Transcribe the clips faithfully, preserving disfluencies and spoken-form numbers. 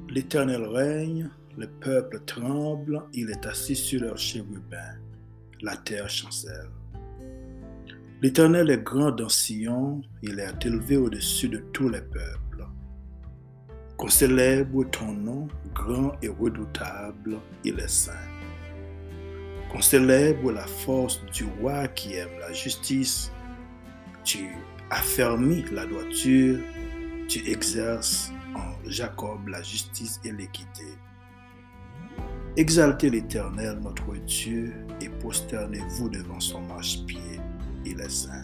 L'Éternel règne, le peuple tremble, il est assis sur leurs chérubins, la terre chancelle. L'Éternel est grand dans Sion, il est élevé au-dessus de tous les peuples. Qu'on célèbre ton nom, grand et redoutable, il est saint. Qu'on célèbre la force du roi qui aime la justice. Tu affermis la droiture, tu exerces en Jacob la justice et l'équité. Exaltez l'Éternel, notre Dieu, et prosternez-vous devant son marchepied, il est saint.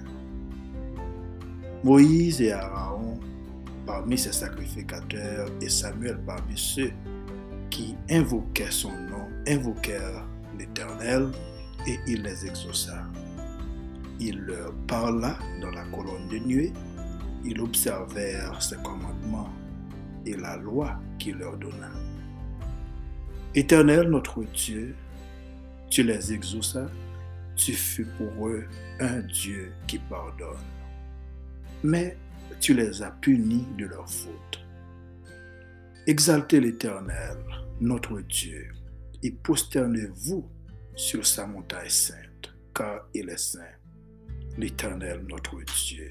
Moïse et Aaron parmi ses sacrificateurs et Samuel parmi ceux qui invoquaient son nom, invoquèrent l'Éternel et il les exauça. Il leur parla dans la colonne de nuée, ils observèrent ses commandements et la loi qu'il leur donna. Éternel notre Dieu, tu les exauças, tu fus pour eux un Dieu qui pardonne. Mais tu les as punis de leurs fautes. Exaltez l'Éternel, notre Dieu, et prosternez-vous sur sa montagne sainte, car il est saint, l'Éternel notre Dieu.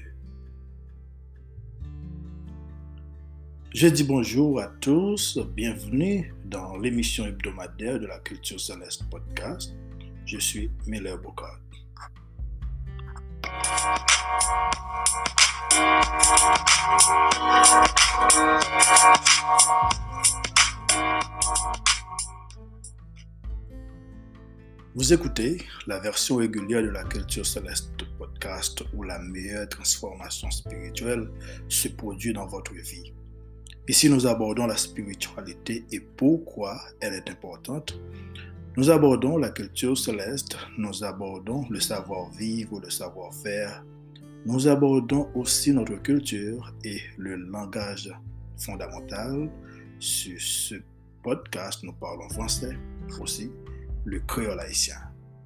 Je dis bonjour à tous, bienvenue dans l'émission hebdomadaire de la Culture Céleste Podcast. Je suis Miller Bocard. Vous écoutez la version régulière de la Culture Céleste Podcast où la meilleure transformation spirituelle se produit dans votre vie. Ici, nous abordons la spiritualité et pourquoi elle est importante. Nous abordons la culture céleste, nous abordons le savoir-vivre ou le savoir-faire. Nous abordons aussi notre culture et le langage fondamental. Sur ce podcast, nous parlons français, aussi le créole haïtien.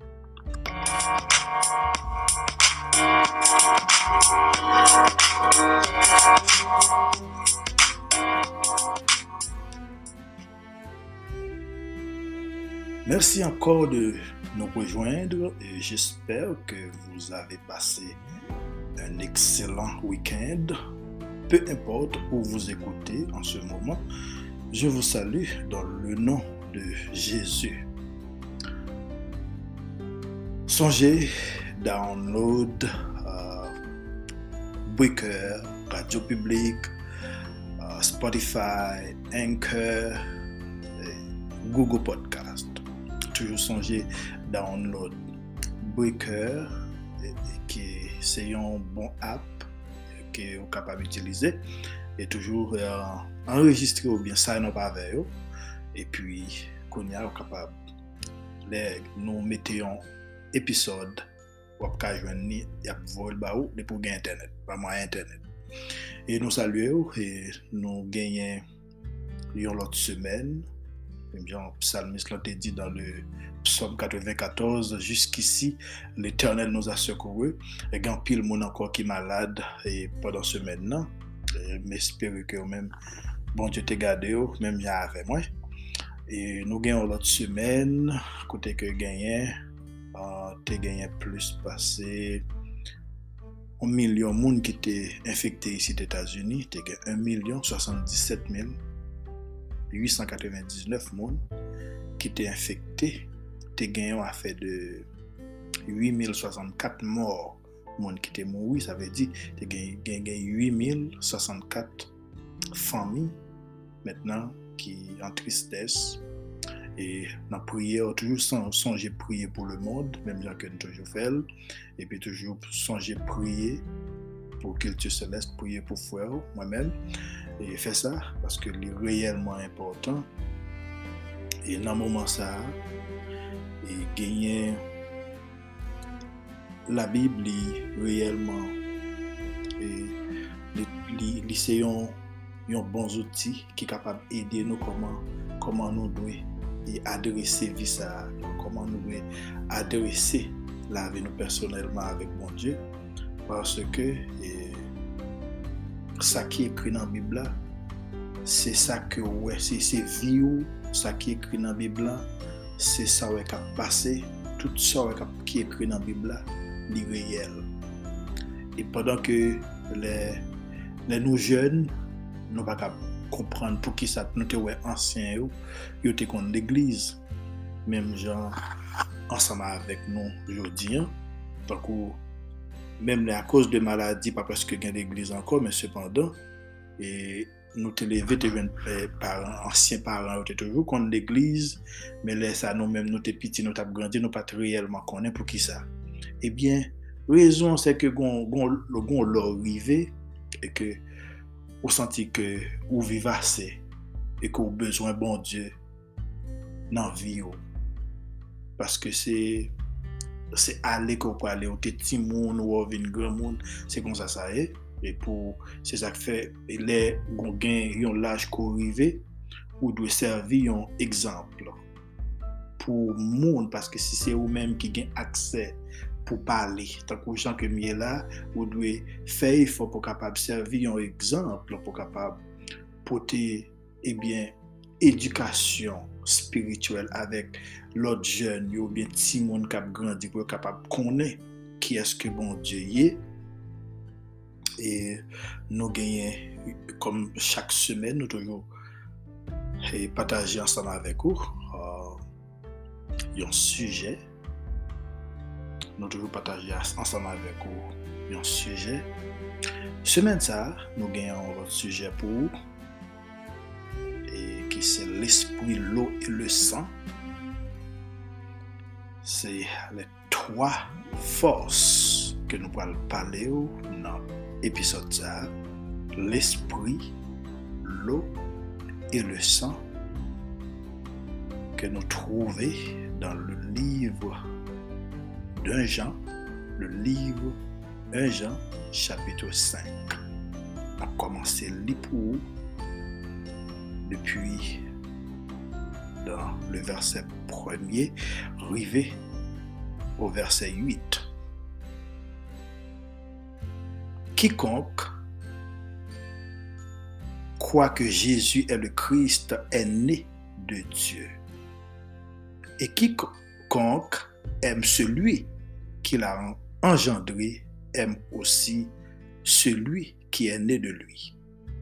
Merci encore de nous rejoindre et j'espère que vous avez passé un excellent week-end. Peu importe où vous écoutez en ce moment, je vous salue dans le nom de Jésus. Songez, download euh, Breaker, Radio Public, euh, Spotify, Anchor, Google Podcast. Toujours songez, download Breaker, qui c'est un bon app que vous êtes capable d'utiliser et toujours euh, enregistrer ou bien sign up avec eux. Et puis, qu'on y a capable de nous mettre un épisode ou à joindre y a vol ba ou de pour gagner internet, pas moi internet. Et nous saluons et nous gagnons une autre semaine. Bien, le psalmiste l'a dit dans le psaume quatre-vingt-quatorze, jusqu'ici, l'Éternel nous a secourus. Et il y a pile monde encore qui est malade et pendant ce semaine, mais j'espère que même bon Dieu t'a gardé, même bien avec moi. Et nous gagnons l'autre semaine, côté que gagné, euh, t'as gagné plus passé un million de monde qui étaient infectés ici aux États-Unis, t'as gagné un million soixante-dix-sept mille huit cent quatre-vingt-dix-neuf personnes qui étaient infectées, te gagné à fait de huit mille soixante-quatre morts, monde qui étaient morts, ça veut dire te gagné huit mille soixante-quatre familles maintenant qui en tristesse et dans prière toujours songer prier pour le monde, même gens que nous toujours fait et puis toujours songer prier pour Culture Céleste, prier pour frère moi-même. Et fait ça parce que c'est réellement important. Et dans le moment ça, et gagner la Bible est réellement et c'est un bon outil qui est capable d'aider nous comment comment nous devons adresser vie ça, comment nous devons adresser la vie nous personnellement avec mon Dieu, parce que et, ça qui est écrit dans la Bible c'est ça que ouais, c'est c'est vie ou ça qui est écrit dans la Bible là, c'est ça ouais qui a passé, tout ça ouais qui est écrit dans la Bible là, est réel. Et pendant que les les nous jeunes nous pas capable comprendre pour qui ça nous ouais anciens yo, yo te contre l'église, même gens ensemble avec nous aujourd'hui, hein, donc même à cause de maladies pas parce que gain d'église encore, mais cependant et nous te lever te jeunes parents anciens parents étaient toujours contre l'église, mais là ça nous même nous te petit nous t'a grandi nous pas réellement connaît pour qui ça. Eh bien raison c'est que gon gon le gon l'arrivé et que ou senti que ou vivace et que ou besoin bon Dieu dans vie ou parce que c'est c'est aller qu'on peut aller au petit monde ou au grand monde, c'est comme ça ça est. Et pour c'est ça que fait les gon gain yon l'âge qu'on arrivé ou doit servir un exemple pour monde parce que si c'est vous même qui gain accès pour parler tant que gens que mieux là ou doit faire effort pour capable servir un exemple pour capable porter eh bien éducation spirituelle avec l'autre jeune ou bien petit monde qui a grandi pour capable connaître qui est-ce que bon Dieu est. Et nous gagnons comme chaque semaine nous toujours et partager ensemble avec vous euh, un sujet. Nous toujours partager ensemble avec vous un sujet. Semaine ça, nous gagnons un sujet pour vous et qui c'est l'esprit, l'eau et le sang. C'est les trois forces que nous allons parler dans l'épisode ça. L'esprit, l'eau et le sang que nous trouvons dans le livre d'un Jean, le livre un Jean, chapitre cinq. On a commencé à lire pour depuis dans le verset premier, arrivé au verset huit. Quiconque croit que Jésus est le Christ est né de Dieu. Et quiconque aime celui qui l'a engendré aime aussi celui qui est né de lui.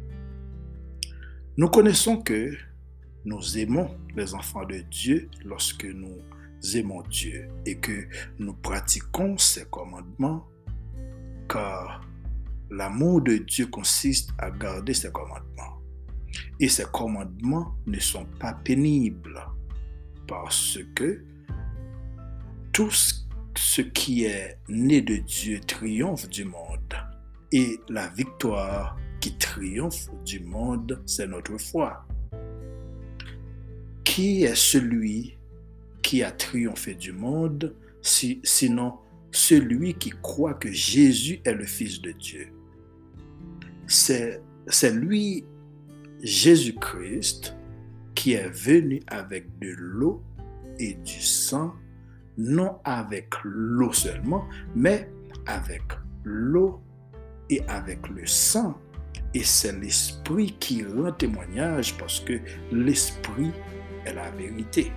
Nous connaissons que nous aimons les enfants de Dieu lorsque nous aimons Dieu et que nous pratiquons ses commandements, car l'amour de Dieu consiste à garder ses commandements. Et ces commandements ne sont pas pénibles parce que tout ce qui est né de Dieu triomphe du monde. Et la victoire qui triomphe du monde, c'est notre foi. Qui est celui qui a triomphé du monde, si, sinon celui qui croit que Jésus est le Fils de Dieu? C'est, c'est lui, Jésus-Christ, qui est venu avec de l'eau et du sang, non avec l'eau seulement, mais avec l'eau et avec le sang. Et c'est l'Esprit qui rend témoignage parce que l'Esprit est la vérité.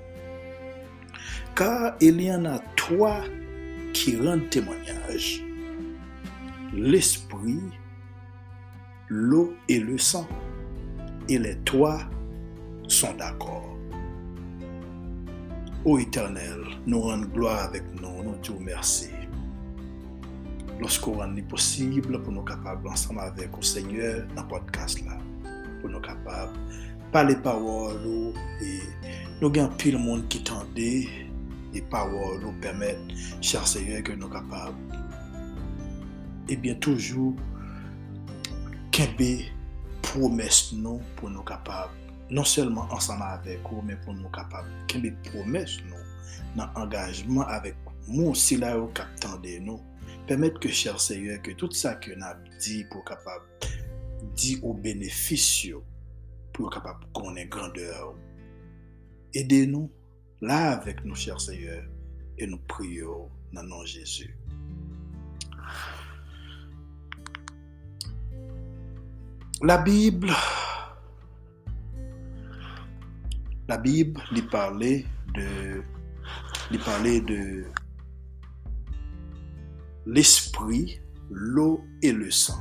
Car il y en a trois qui rendent témoignage. L'Esprit, l'eau et le sang. Et les trois sont d'accord. Ô Éternel, nous rendons gloire avec nous, nous te remercions. Lorsqu'on rend possible pour nous capables ensemble avec le Seigneur dans le podcast là, pour nous capables parler paroles et nous avons pile de monde qui tendait et paroles nous permettent, cher Seigneur, que nous capables et bien toujours qu'aimer promesse nous pour nous capables non seulement ensemble avec vous mais pour nous capables qu'aimer promesse nous dans engagement avec nous aussi là au captant de nous. Permettre que, cher Seigneur, que tout ça que nous avons dit pour capable dire aux bénéficiaux, pour capable qu'on ait grandeur. Aidez-nous là avec nous, cher Seigneur, et nous prions dans le nom de Jésus. La Bible La Bible lui parlait de, lui parlait de l'esprit, l'eau et le sang.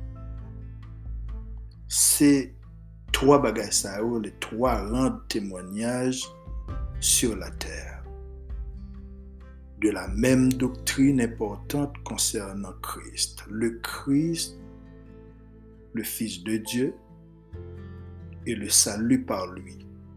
C'est trois bagages ça, les trois rangs de témoignage sur la terre de la même doctrine importante concernant Christ. Le Christ, le Fils de Dieu et le salut par lui.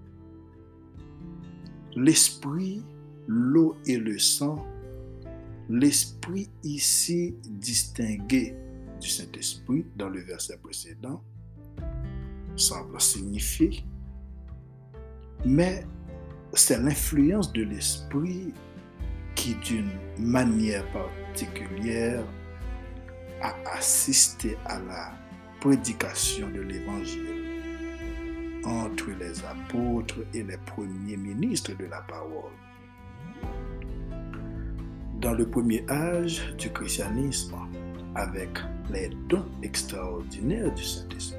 L'esprit, l'eau et le sang, l'esprit ici distingué du Saint-Esprit dans le verset précédent semble signifier, mais c'est l'influence de l'esprit qui, d'une manière particulière, a assisté à la prédication de l'Évangile entre les apôtres et les premiers ministres de la parole. Dans le premier âge du christianisme, avec les dons extraordinaires du Saint-Esprit,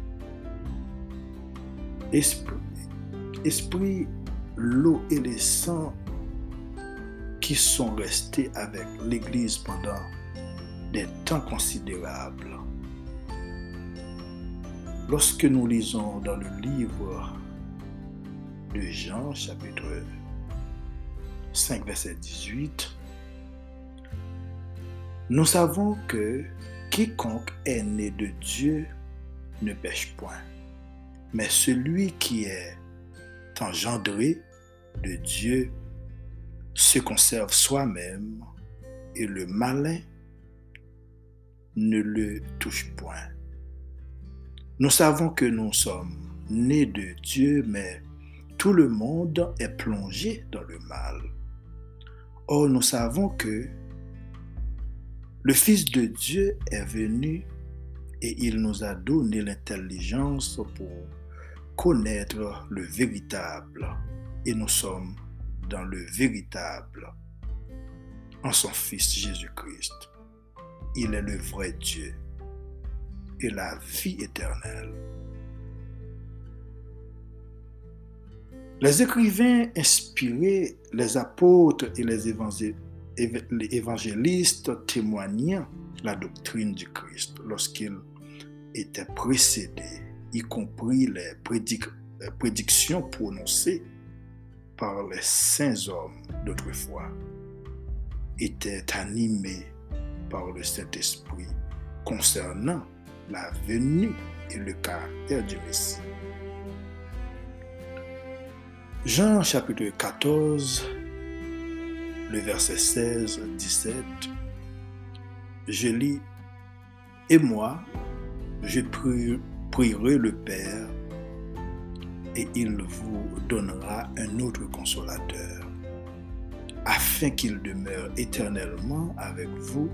esprit, esprit, l'eau et le sang qui sont restés avec l'Église pendant des temps considérables. Lorsque nous lisons dans le livre de Jean, chapitre cinq, verset dix-huit, nous savons que quiconque est né de Dieu ne pêche point, mais celui qui est engendré de Dieu se conserve soi-même et le malin ne le touche point. Nous savons que nous sommes nés de Dieu, mais tout le monde est plongé dans le mal. Or, nous savons que le Fils de Dieu est venu et il nous a donné l'intelligence pour connaître le véritable. Et nous sommes dans le véritable, en son Fils Jésus-Christ. Il est le vrai Dieu et la vie éternelle. Les écrivains inspirés, les apôtres et les évangélistes témoignant la doctrine du Christ lorsqu'ils étaient précédés, y compris les prédic- prédictions prononcées par les saints hommes d'autrefois, étaient animés par le Saint-Esprit concernant la venue et le caractère du Messie. Jean chapitre quatorze, le verset seize à dix-sept, je lis « Et moi, je prierai le Père, et il vous donnera un autre consolateur, afin qu'il demeure éternellement avec vous,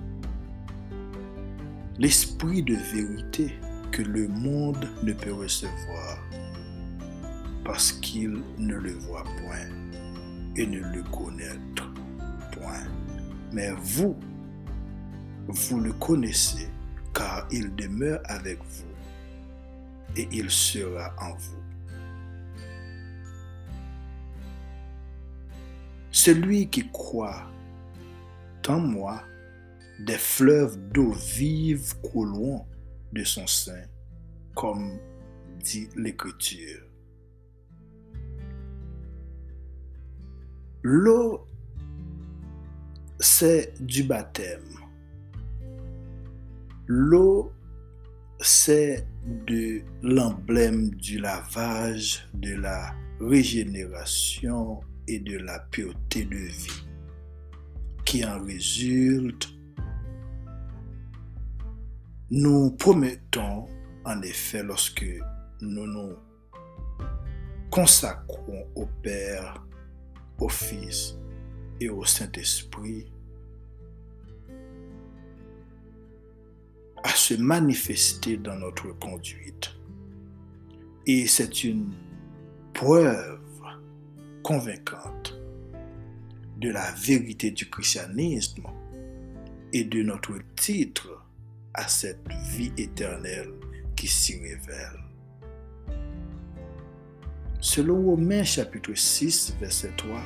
l'Esprit de vérité que le monde ne peut recevoir, parce qu'il ne le voit point et ne le connaît point. Mais vous, vous le connaissez, car il demeure avec vous et il sera en vous. Celui qui croit en moi, des fleuves d'eau vive couleront de son sein, comme dit l'Écriture. L'eau, c'est du baptême. L'eau, c'est de l'emblème du lavage, de la régénération et de la pureté de vie qui en résulte. Nous promettons en effet, lorsque nous nous consacrons au Père, au Fils et au Saint-Esprit, à se manifester dans notre conduite. Et c'est une preuve convaincante de la vérité du christianisme et de notre titre à cette vie éternelle qui s'y révèle. Selon Romains chapitre six, verset trois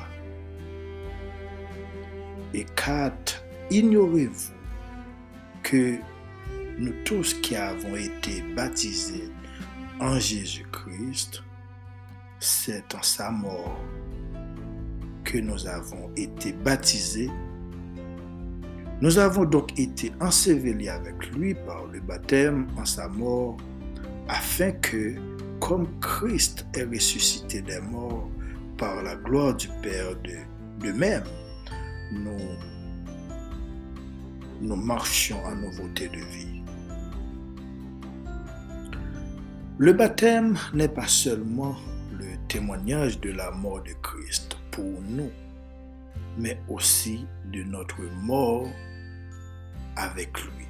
et quatre, ignorez-vous que nous tous qui avons été baptisés en Jésus-Christ, c'est en sa mort que nous avons été baptisés. Nous avons donc été ensevelis avec lui par le baptême en sa mort, afin que, comme Christ est ressuscité des morts par la gloire du Père, de, de même, nous, nous marchions en nouveauté de vie. Le baptême n'est pas seulement le témoignage de la mort de Christ pour nous, mais aussi de notre mort avec lui.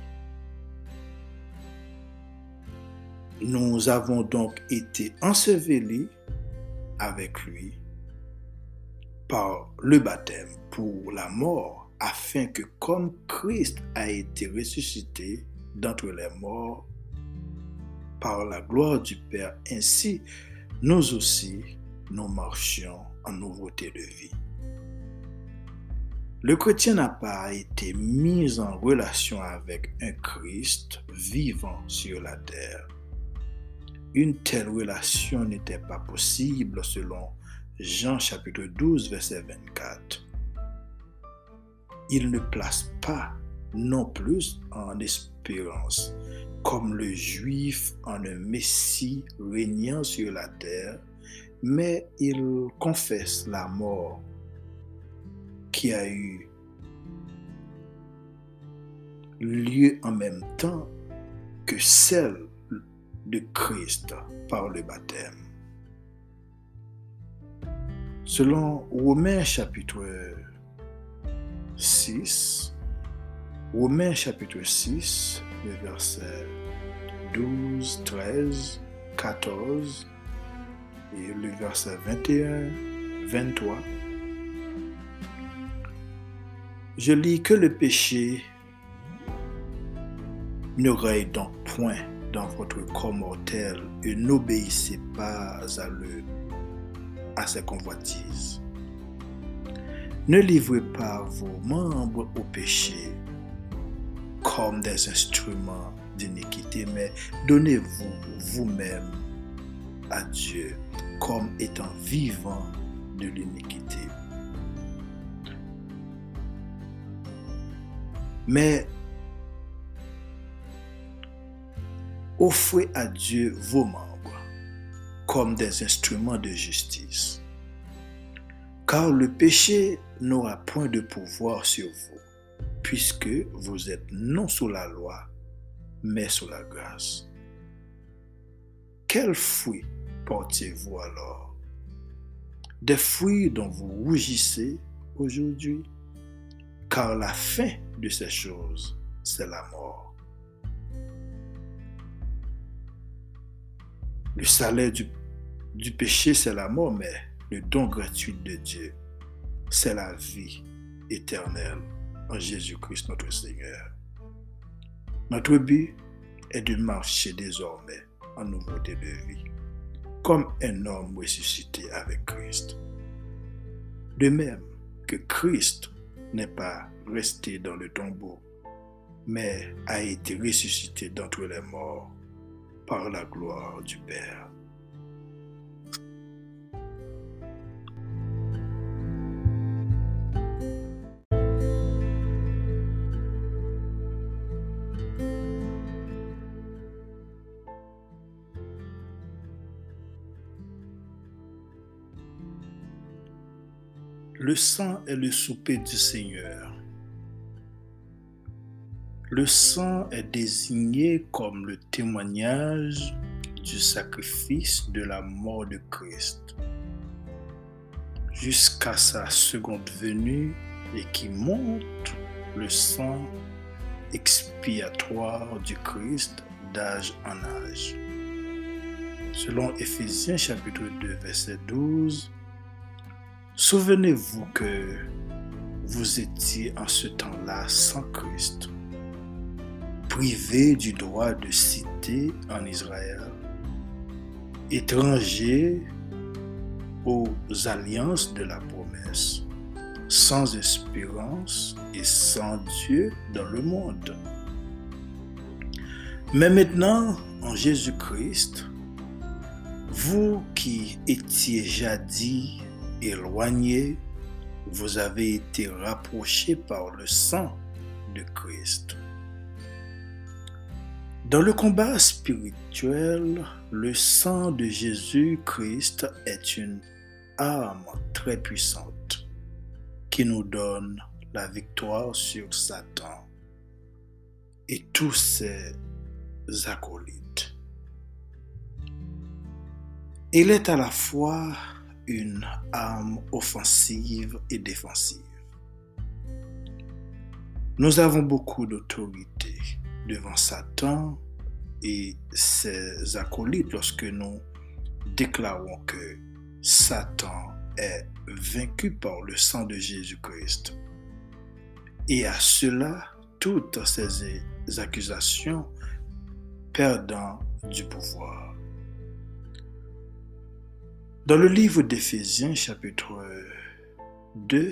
Nous avons donc été ensevelis avec lui par le baptême pour la mort, afin que comme Christ a été ressuscité d'entre les morts par la gloire du Père, ainsi nous aussi nous marchions en nouveauté de vie. Le chrétien n'a pas été mis en relation avec un Christ vivant sur la terre. Une telle relation n'était pas possible selon Jean chapitre douze, verset vingt-quatre. Il ne place pas non plus en espérance, comme le Juif, en un Messie régnant sur la terre, mais il confesse la mort qui a eu lieu en même temps que celle de Christ par le baptême. Selon Romains chapitre six, Romains chapitre six, le verset douze, treize, quatorze et le verset vingt et un, vingt-trois, je lis que le péché ne règne donc point dans votre corps mortel et n'obéissez pas à, le, à ses convoitises. Ne livrez pas vos membres au péché comme des instruments d'iniquité, mais donnez-vous vous-même à Dieu comme étant vivants de l'iniquité. Mais offrez à Dieu vos membres comme des instruments de justice, car le péché n'aura point de pouvoir sur vous, puisque vous êtes non sous la loi, mais sous la grâce. Quels fruits portez-vous alors? Des fruits dont vous rougissez aujourd'hui, car la fin de ces choses, c'est la mort. Le salaire du, du péché, c'est la mort, mais le don gratuit de Dieu, c'est la vie éternelle en Jésus-Christ notre Seigneur. Notre but est de marcher désormais en nouveauté de vie, comme un homme ressuscité avec Christ. De même que Christ n'est pas resté dans le tombeau, mais a été ressuscité d'entre les morts par la gloire du Père. Le sang est le souper du Seigneur. Le sang est désigné comme le témoignage du sacrifice de la mort de Christ jusqu'à sa seconde venue et qui montre le sang expiatoire du Christ d'âge en âge. Selon Éphésiens chapitre deux, verset douze, souvenez-vous que vous étiez en ce temps-là sans Christ, privés du droit de cité en Israël, étrangers aux alliances de la promesse, sans espérance et sans Dieu dans le monde. Mais maintenant, en Jésus-Christ, vous qui étiez jadis éloignés, vous avez été rapprochés par le sang de Christ. Dans le combat spirituel, le sang de Jésus-Christ est une arme très puissante qui nous donne la victoire sur Satan et tous ses acolytes. Il est à la fois une arme offensive et défensive. Nous avons beaucoup d'autorité devant Satan et ses acolytes lorsque nous déclarons que Satan est vaincu par le sang de Jésus-Christ. Et à cela, toutes ces accusations perdant du pouvoir. Dans le livre d'Éphésiens, chapitre deux,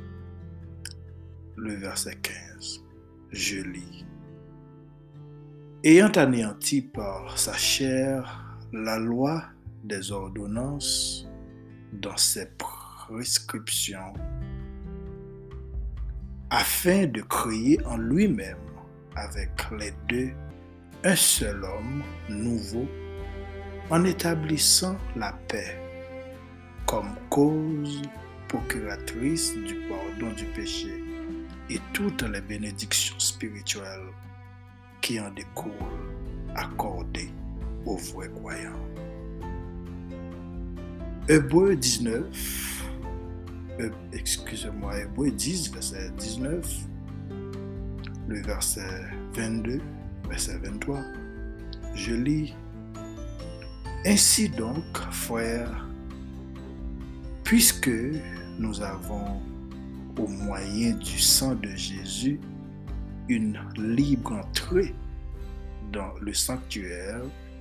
le verset quinze, je lis. Ayant anéanti par sa chair la loi des ordonnances dans ses prescriptions, afin de créer en lui-même avec les deux un seul homme nouveau, en établissant la paix comme cause procuratrice du pardon du péché et toutes les bénédictions spirituelles qui en découlent accordées aux vrais croyants. Hébreux dix-neuf, euh, excusez-moi, Hébreux dix, verset dix-neuf, le verset vingt-deux, verset vingt-trois, je lis. Ainsi donc, frères, puisque nous avons, au moyen du sang de Jésus, une libre entrée dans le sanctuaire,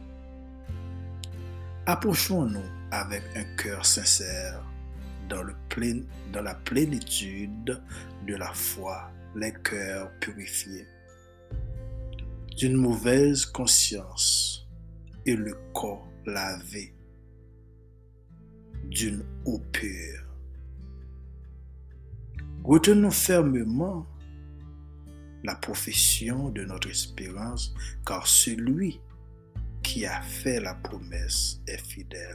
approchons-nous avec un cœur sincère dans, le plein, dans la plénitude de la foi, les cœurs purifiés, d'une mauvaise conscience et le corps lavé d'une eau pure. Retenons fermement la profession de notre espérance, car celui qui a fait la promesse est fidèle.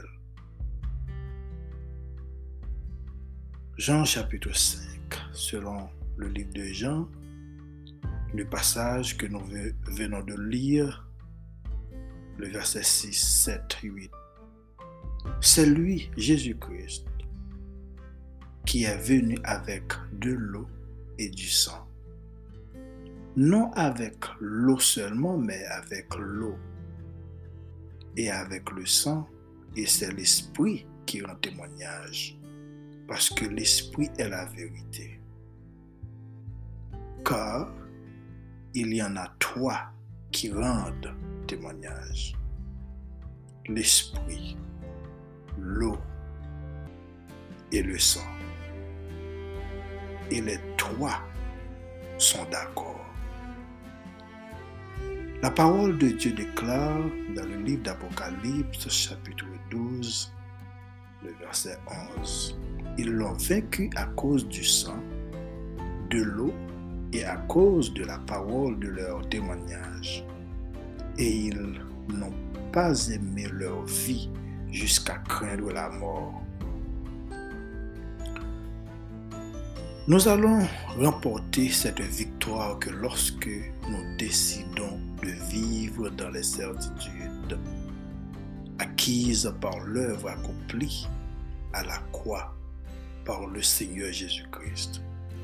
Jean chapitre cinq, selon le livre de Jean, le passage que nous venons de lire, le verset six, sept, huit. C'est lui, Jésus-Christ, qui est venu avec de l'eau et du sang. Non avec l'eau seulement, mais avec l'eau et avec le sang, et c'est l'Esprit qui rend témoignage, parce que l'Esprit est la vérité. Car il y en a trois qui rendent témoignage. L'Esprit, l'eau et le sang. Et les trois sont d'accord. La parole de Dieu déclare dans le livre d'Apocalypse, chapitre douze, le verset onze. Ils l'ont vaincu à cause du sang, de l'eau et à cause de la parole de leur témoignage. Et ils n'ont pas aimé leur vie jusqu'à craindre la mort. Nous allons remporter cette victoire que lorsque nous décidons de vivre dans les certitudes acquises par l'œuvre accomplie à la croix par le Seigneur Jésus-Christ.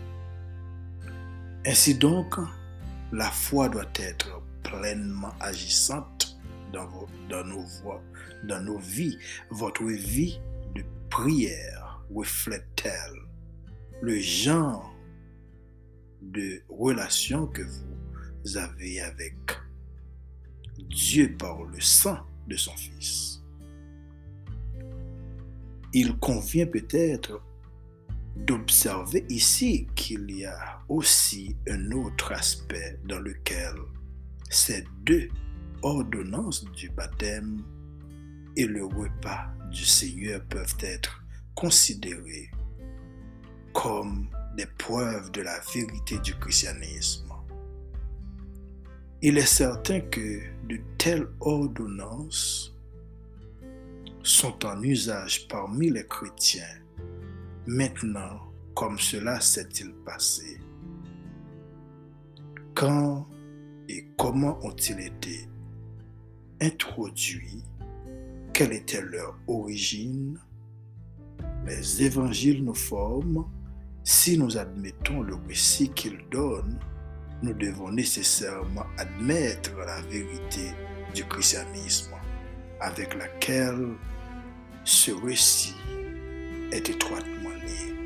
Ainsi donc, la foi doit être pleinement agissante dans, vos, dans, nos voies, dans nos vies. Votre vie de prière reflète-t-elle le genre de relation que vous avez avec Dieu par le sang de son Fils? il convient peut-être d'observer ici qu'il y a aussi un autre aspect dans lequel ces deux ordonnances du baptême et le repas du Seigneur peuvent être considérés comme des preuves de la vérité du christianisme. Il est certain que de telles ordonnances sont en usage parmi les chrétiens maintenant comme cela s'est-il passé. Quand et comment ont-ils été introduits? Quelle était leur origine? Les évangiles nous forment. Si nous admettons le récit qu'ils donnent, nous devons nécessairement admettre la vérité du christianisme avec laquelle ce récit est étroitement lié.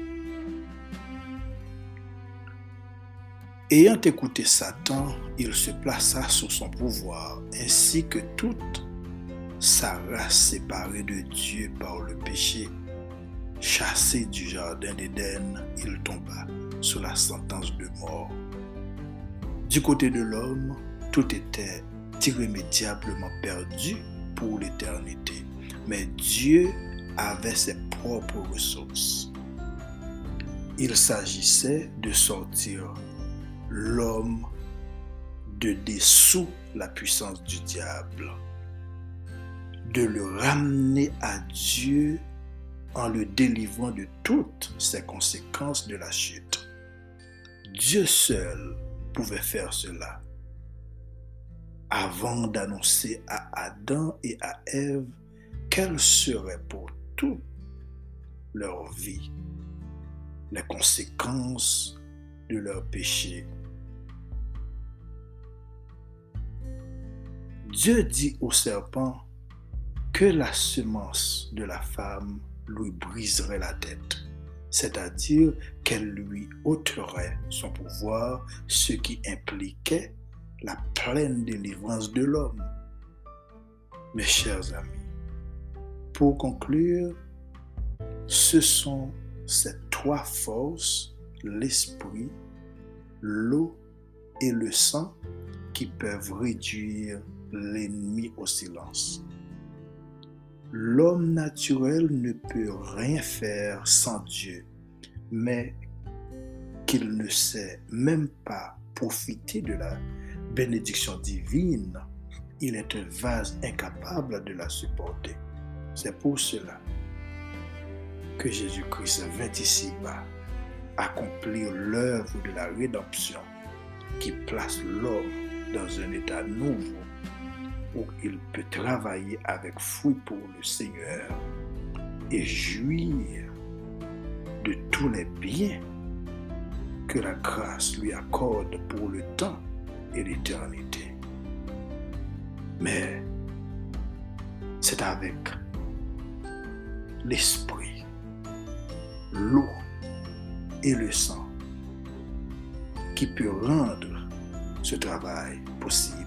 Ayant écouté Satan, il se plaça sous son pouvoir, ainsi que toute sa race séparée de Dieu par le péché. Chassé du jardin d'Éden, il tomba sous la sentence de mort. Du côté de l'homme, tout était irrémédiablement perdu pour l'éternité. Mais Dieu avait ses propres ressources. Il s'agissait de sortir l'homme de dessous la puissance du diable, de le ramener à Dieu en le délivrant de toutes ces conséquences de la chute. Dieu seul pouvait faire cela. Avant d'annoncer à Adam et à Ève quelles seraient pour toute leur vie les conséquences de leur péché. Dieu dit au serpent que la semence de la femme lui briserait la tête, c'est-à-dire qu'elle lui ôterait son pouvoir, ce qui impliquait la pleine délivrance de l'homme. Mes chers amis, pour conclure, ce sont ces trois forces, l'esprit, l'eau et le sang, qui peuvent réduire l'ennemi au silence. L'homme naturel ne peut rien faire sans Dieu, mais qu'il ne sait même pas profiter de la bénédiction divine, il est un vase incapable de la supporter. C'est pour cela que Jésus-Christ vint ici-bas accomplir l'œuvre de la rédemption qui place l'homme dans un état nouveau où il peut travailler avec fruit pour le Seigneur et jouir de tous les biens que la grâce lui accorde pour le temps et l'éternité. Mais c'est avec l'esprit, l'eau et le sang qui peut rendre ce travail possible.